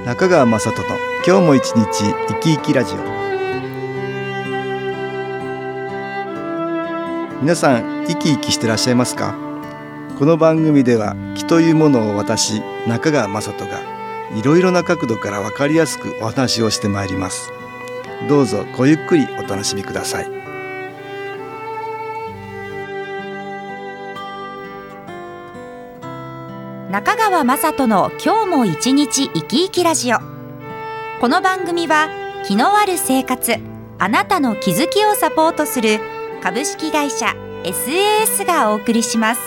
中川雅人の今日も一日生き生きラジオ。皆さん生き生きしてらっしゃいますか？この番組では気というものを私中川雅人がいろいろな角度から分かりやすくお話をしてまいります。どうぞごゆっくりお楽しみください。 中川雅人の今日も一日生き生きラジオ。この番組は気のある生活、あなたの気づきをサポートする株式会社 SAS がお送りします。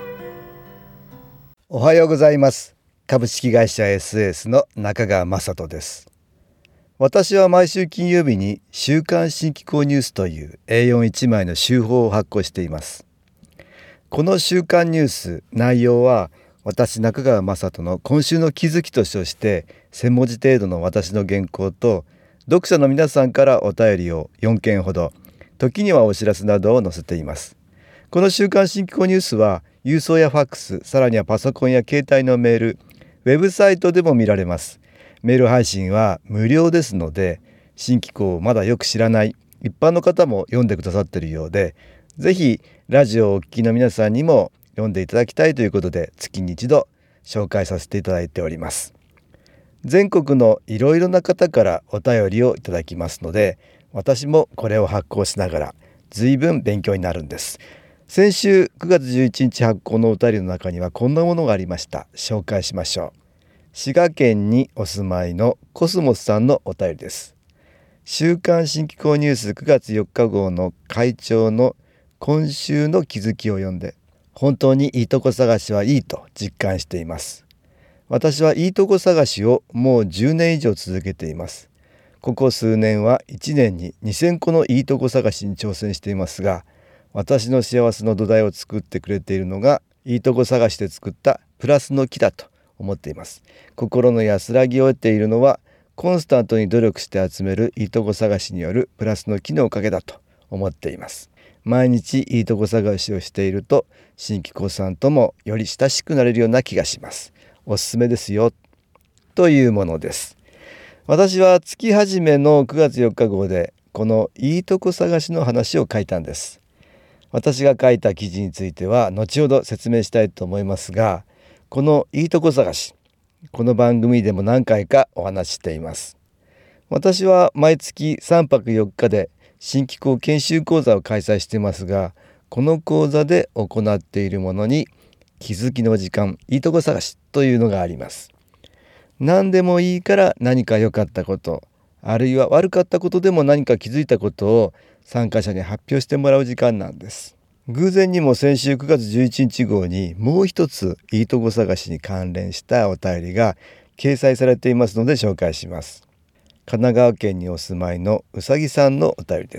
おはようございます。株式会社 SAS の中川雅人です。私は毎週金曜日に週刊新機構ニュースという A41 枚の週報を発行しています。この週刊ニュース、内容は私中川雅人の今週の気づきとして1000文字程度の私の原稿と読者の皆さんからお便りを4件ほど、時にはお知らせなどを載せています。この週刊新機構ニュースは郵送やファックス、さらにはパソコンや携帯のメール、ウェブサイトでも見られます。メール配信は無料ですので、新機構をまだよく知らない一般の方も読んでくださっているようで、ぜひラジオをお聞きの皆さんにも読んでいただきたいということで、月に一度紹介させていただいております。全国のいろいろな方からお便りをいただきますので、私もこれを発行しながら随分勉強になるんです。先週9月11日発行のお便りの中にはこんなものがありました。紹介しましょう。滋賀県にお住まいのコスモスさんのお便りです。週刊新機構ニュース9月4日号の会長の今週の気づきを読んで、本当にいいとこ探しはいいと実感しています。私はいいとこ探しをもう10年以上続けています。ここ数年は1年に2000個のいいとこ探しに挑戦していますが、私の幸せの土台を作ってくれているのがいいとこ探しで作ったプラスの木だと思っています。心の安らぎを得ているのはコンスタントに努力して集めるいいとこ探しによるプラスの木のおかげだと思っています。毎日いいとこ探しをしていると新機構さんともより親しくなれるような気がします。おすすめですよというものです。私は月始めの9月4日号でこのいいとこ探しの話を書いたんです。私が書いた記事については後ほど説明したいと思いますが、このいいとこ探し、この番組でも何回かお話ししています。私は毎月3泊4日で新機構研修講座を開催していますが、この講座で行っているものに気づきの時間、いいとこ探しというのがあります。何でもいいから何か良かったこと、あるいは悪かったことでも何か気づいたことを参加者に発表してもらう時間なんです。偶然にも先週9月11日号にもう一ついいとこ探しに関連したお便りが掲載されていますので紹介します。神奈川県にお住まいのうさぎさんのお便りです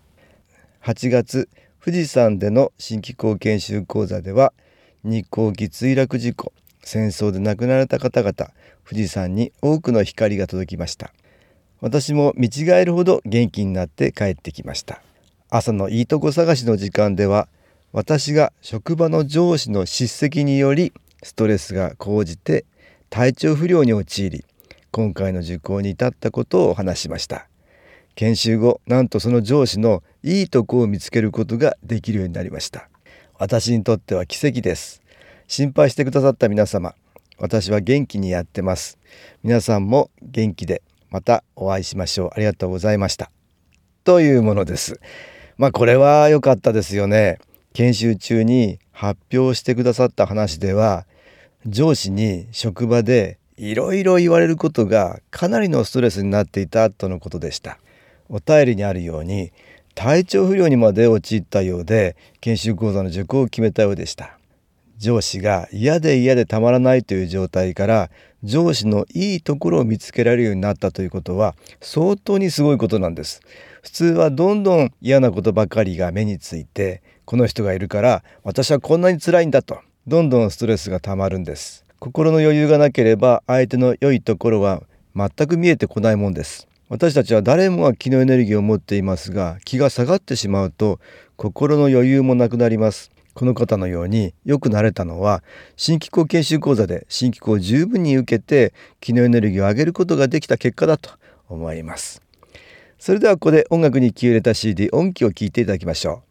。8月、富士山での新機構研修講座では、日航機墜落事故、戦争で亡くなられた方々、富士山に多くの光が届きました。私も見違えるほど元気になって帰ってきました。朝のいいとこ探しの時間では、私が職場の上司の叱責によりストレスが高じて体調不良に陥り、今回の受講に至ったことをお話しました。研修後、なんとその上司のいいとこを見つけることができるようになりました。私にとっては奇跡です。心配してくださった皆様、私は元気にやってます。皆さんも元気でまたお会いしましょう。ありがとうございました。というものです。これは良かったですよね。研修中に発表してくださった話では、上司に職場でいろいろ言われることがかなりのストレスになっていたとのことでした。お便りにあるように体調不良にまで陥ったようで、研修講座の受講を決めたようでした。上司が嫌でたまらないという状態から上司のいいところを見つけられるようになったということは相当にすごいことなんです。普通はどんどん嫌なことばかりが目について、この人がいるから私はこんなに辛いんだとどんどんストレスがたまるんです。心の余裕がなければ相手の良いところは全く見えてこないもんです。私たちは誰もが気のエネルギーを持っていますが、気が下がってしまうと心の余裕もなくなります。 この方のようによくなれたのは、新機構研修講座で新機構を十分に受けて気のエネルギーを上げることができた結果だと思います。それではここで音楽に気を入れた CD 音気を聴いていただきましょう。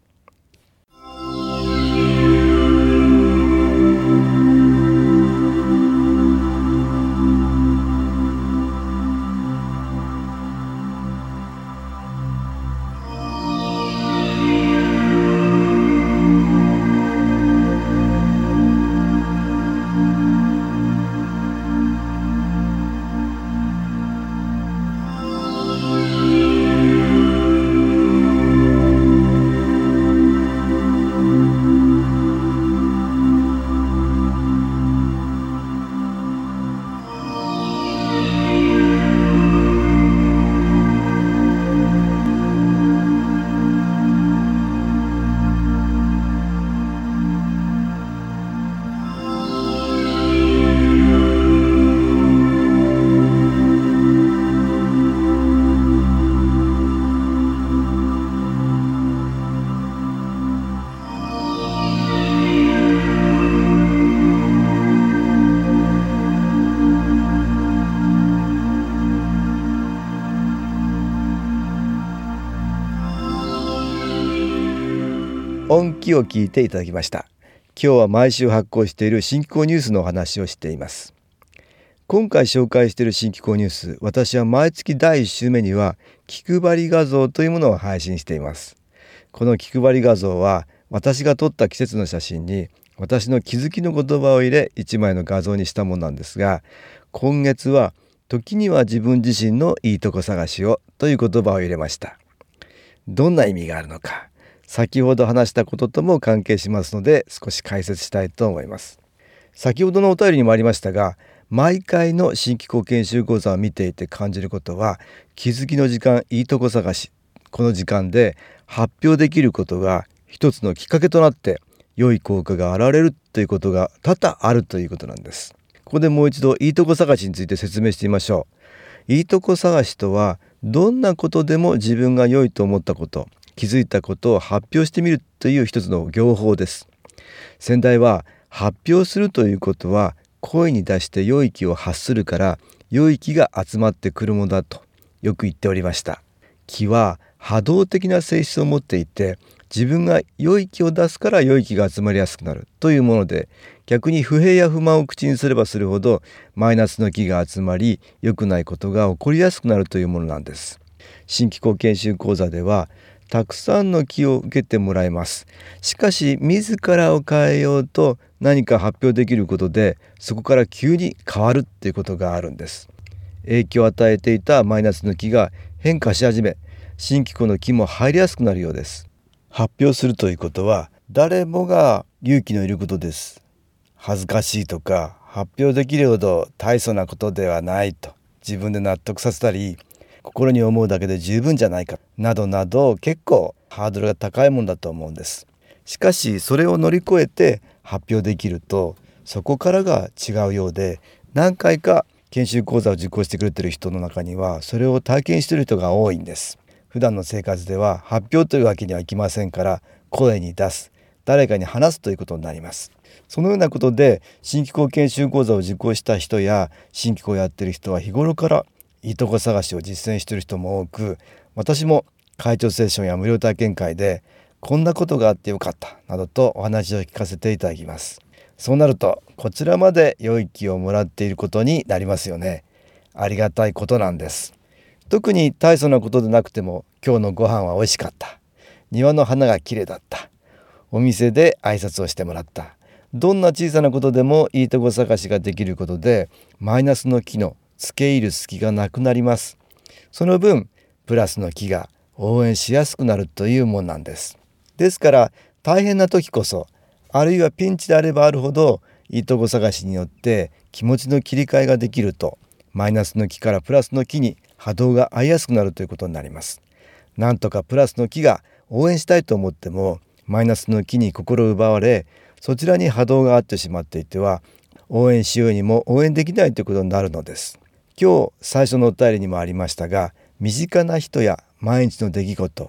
音気を聞いていただきました。今日は毎週発行している新機構ニュースのお話をしています。今回紹介している新機構ニュース、私は毎月第1週目には気配り画像というものを配信しています。この気配り画像は私が撮った季節の写真に私の気づきの言葉を入れ1枚の画像にしたものなんですが、今月は時には自分自身のいいとこ探しをという言葉を入れました。どんな意味があるのか、先ほど話したこととも関係しますので少し解説したいと思います。先ほどのお便りにもありましたが、毎回の新機構研修講座を見ていて感じることは、気づきの時間いいとこ探し、この時間で発表できることが一つのきっかけとなって良い効果が現れるということが多々あるということなんです。ここでもう一度いいとこ探しについて説明してみましょう。いいとこ探しとは、どんなことでも自分が良いと思ったこと、気づいたことを発表してみるという一つの業法です。先代は発表するということは声に出して良い気を発するから良い気が集まってくるものだとよく言っておりました。気は波動的な性質を持っていて、自分が良い気を出すから良い気が集まりやすくなるというもので、逆に不平や不満を口にすればするほどマイナスの気が集まり、良くないことが起こりやすくなるというものなんです。新機構研修講座ではたくさんの気を受けてもらいます。しかし自らを変えようと何か発表できることで、そこから急に変わるっていうことがあるんです。影響を与えていたマイナスの気が変化し始め、新機構の気も入りやすくなるようです。発表するということは誰もが勇気のいることです。恥ずかしいとか発表できるほど大層なことではないと自分で納得させたり、心に思うだけで十分じゃないかなどなど、結構ハードルが高いもんだと思うんです。しかしそれを乗り越えて発表できると、そこからが違うようで、何回か研修講座を受講してくれている人の中にはそれを体験している人が多いんです。普段の生活では発表というわけにはいきませんから、声に出す、誰かに話すということになります。そのようなことで新機構研修講座を受講した人や新機構をやっている人は日頃からいいとこ探しを実践している人も多く、私も会長セッションや無料体験会でこんなことがあってよかったなどとお話を聞かせていただきます。そうなるとこちらまで良い気をもらっていることになりますよね。ありがたいことなんです。特に大層なことでなくても、今日のご飯は美味しかった、庭の花が綺麗だった、お店で挨拶をしてもらった、どんな小さなことでもいいとこ探しができることで、マイナスの気の付け入る隙がなくなります。その分プラスの気が応援しやすくなるというものなんです。ですから大変な時こそ、あるいはピンチであればあるほど、いいとこ探しによって気持ちの切り替えができると、マイナスの気からプラスの気に波動が合いやすくなるということになります。なんとかプラスの気が応援したいと思っても、マイナスの気に心を奪われ、そちらに波動が合ってしまっていては、応援しようにも応援できないということになるのです。今日最初のお便りにもありましたが、身近な人や毎日の出来事、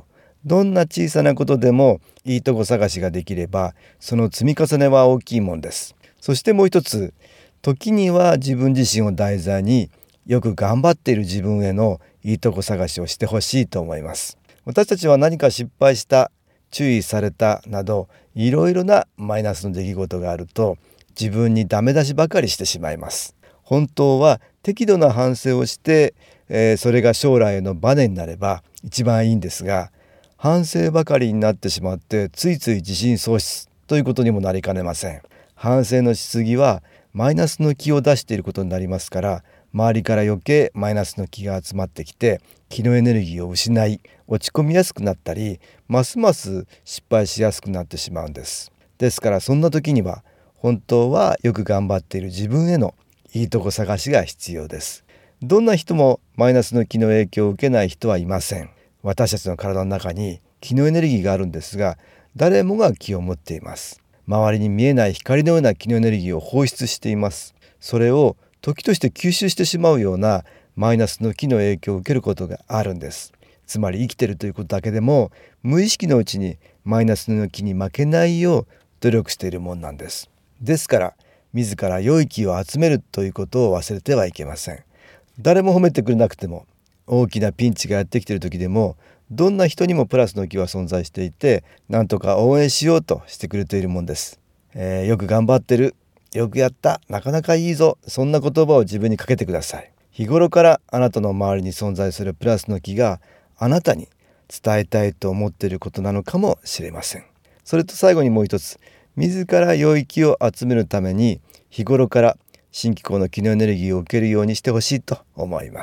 どんな小さなことでもいいとこ探しができれば、その積み重ねは大きいもんです。そしてもう一つ、時には自分自身を題材によく頑張っている自分へのいいとこ探しをしてほしいと思います。私たちは何か失敗した、注意されたなど、いろいろなマイナスの出来事があると自分にダメ出しばかりしてしまいます。本当は適度な反省をして、それが将来へのバネになれば一番いいんですが、反省ばかりになってしまってついつい自信喪失ということにもなりかねません。反省のしすぎはマイナスの気を出していることになりますから、周りから余計マイナスの気が集まってきて気のエネルギーを失い、落ち込みやすくなったり、ますます失敗しやすくなってしまうんです。ですからそんな時には本当はよく頑張っている自分へのいいとこ探しが必要です。どんな人もマイナスの気の影響を受けない人はいません。私たちの体の中に気のエネルギーがあるんですが、誰もが気を持っています。周りに見えない光のような気のエネルギーを放出しています。それを時として吸収してしまうようなマイナスの気の影響を受けることがあるんです。つまり生きているということだけでも、無意識のうちにマイナスの気に負けないよう努力しているもんなんです。ですから自ら良い気を集めるということを忘れてはいけません。誰も褒めてくれなくても、大きなピンチがやってきている時でも、どんな人にもプラスの気は存在していて、なんとか応援しようとしてくれているもんです。よく頑張ってる、よくやった、なかなかいいぞ、そんな言葉を自分にかけてください。日頃からあなたの周りに存在するプラスの気があなたに伝えたいと思っていることなのかもしれません。それと最後にもう一つ、自ら良い気を集めるために日頃から新機構の気のエネルギーを受けるようにしてほしいと思います。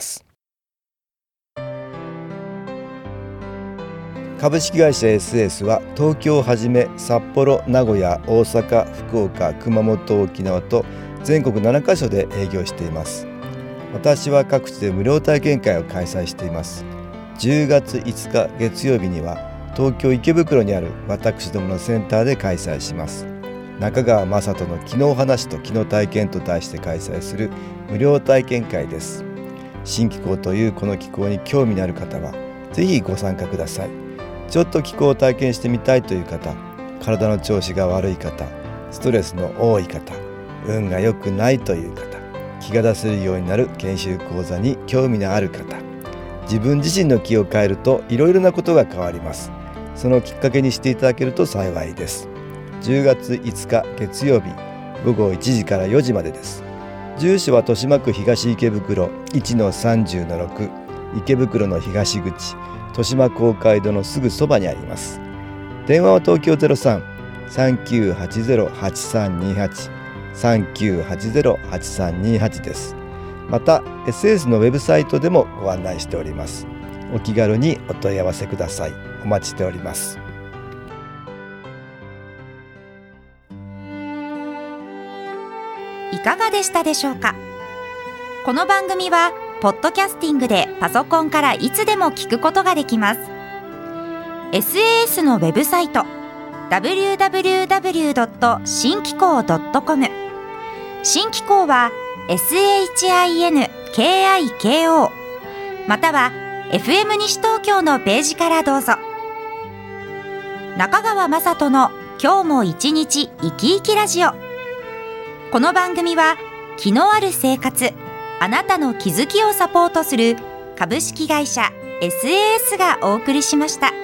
株式会社 SS は東京をはじめ札幌、名古屋、大阪、福岡、熊本、沖縄と全国7カ所で営業しています。私は各地で無料体験会を開催しています。10月5日月曜日には東京池袋にある私どものセンターで開催します。中川雅人の気の話と気の体験と題して開催する無料体験会です。新気候というこの気候に興味のある方はぜひご参加ください。ちょっと気候を体験してみたいという方、体の調子が悪い方、ストレスの多い方、運が良くないという方、気が出せるようになる研修講座に興味のある方、自分自身の気を変えるといろいろなことが変わります。そのきっかけにしていただけると幸いです。10月5日月曜日午後1時から4時までです。住所は豊島区東池袋 1-30-6 池袋の東口、豊島公会堂のすぐそばにあります。電話は東京 03-3980-8328 3980-8328 です。また SS のウェブサイトでもご案内しております。お気軽にお問い合わせください。お待ちしております。 いかがでしたでしょうか。この番組はポッドキャスティングでパソコンからいつでも聞くことができます。 SAS のウェブサイト www.新機構.com、 新機構は SHINKIKO または FM 西東京のページからどうぞ。中川雅人の今日も一日生き生きラジオ。この番組は気のある生活、あなたの気づきをサポートする株式会社 SAS がお送りしました。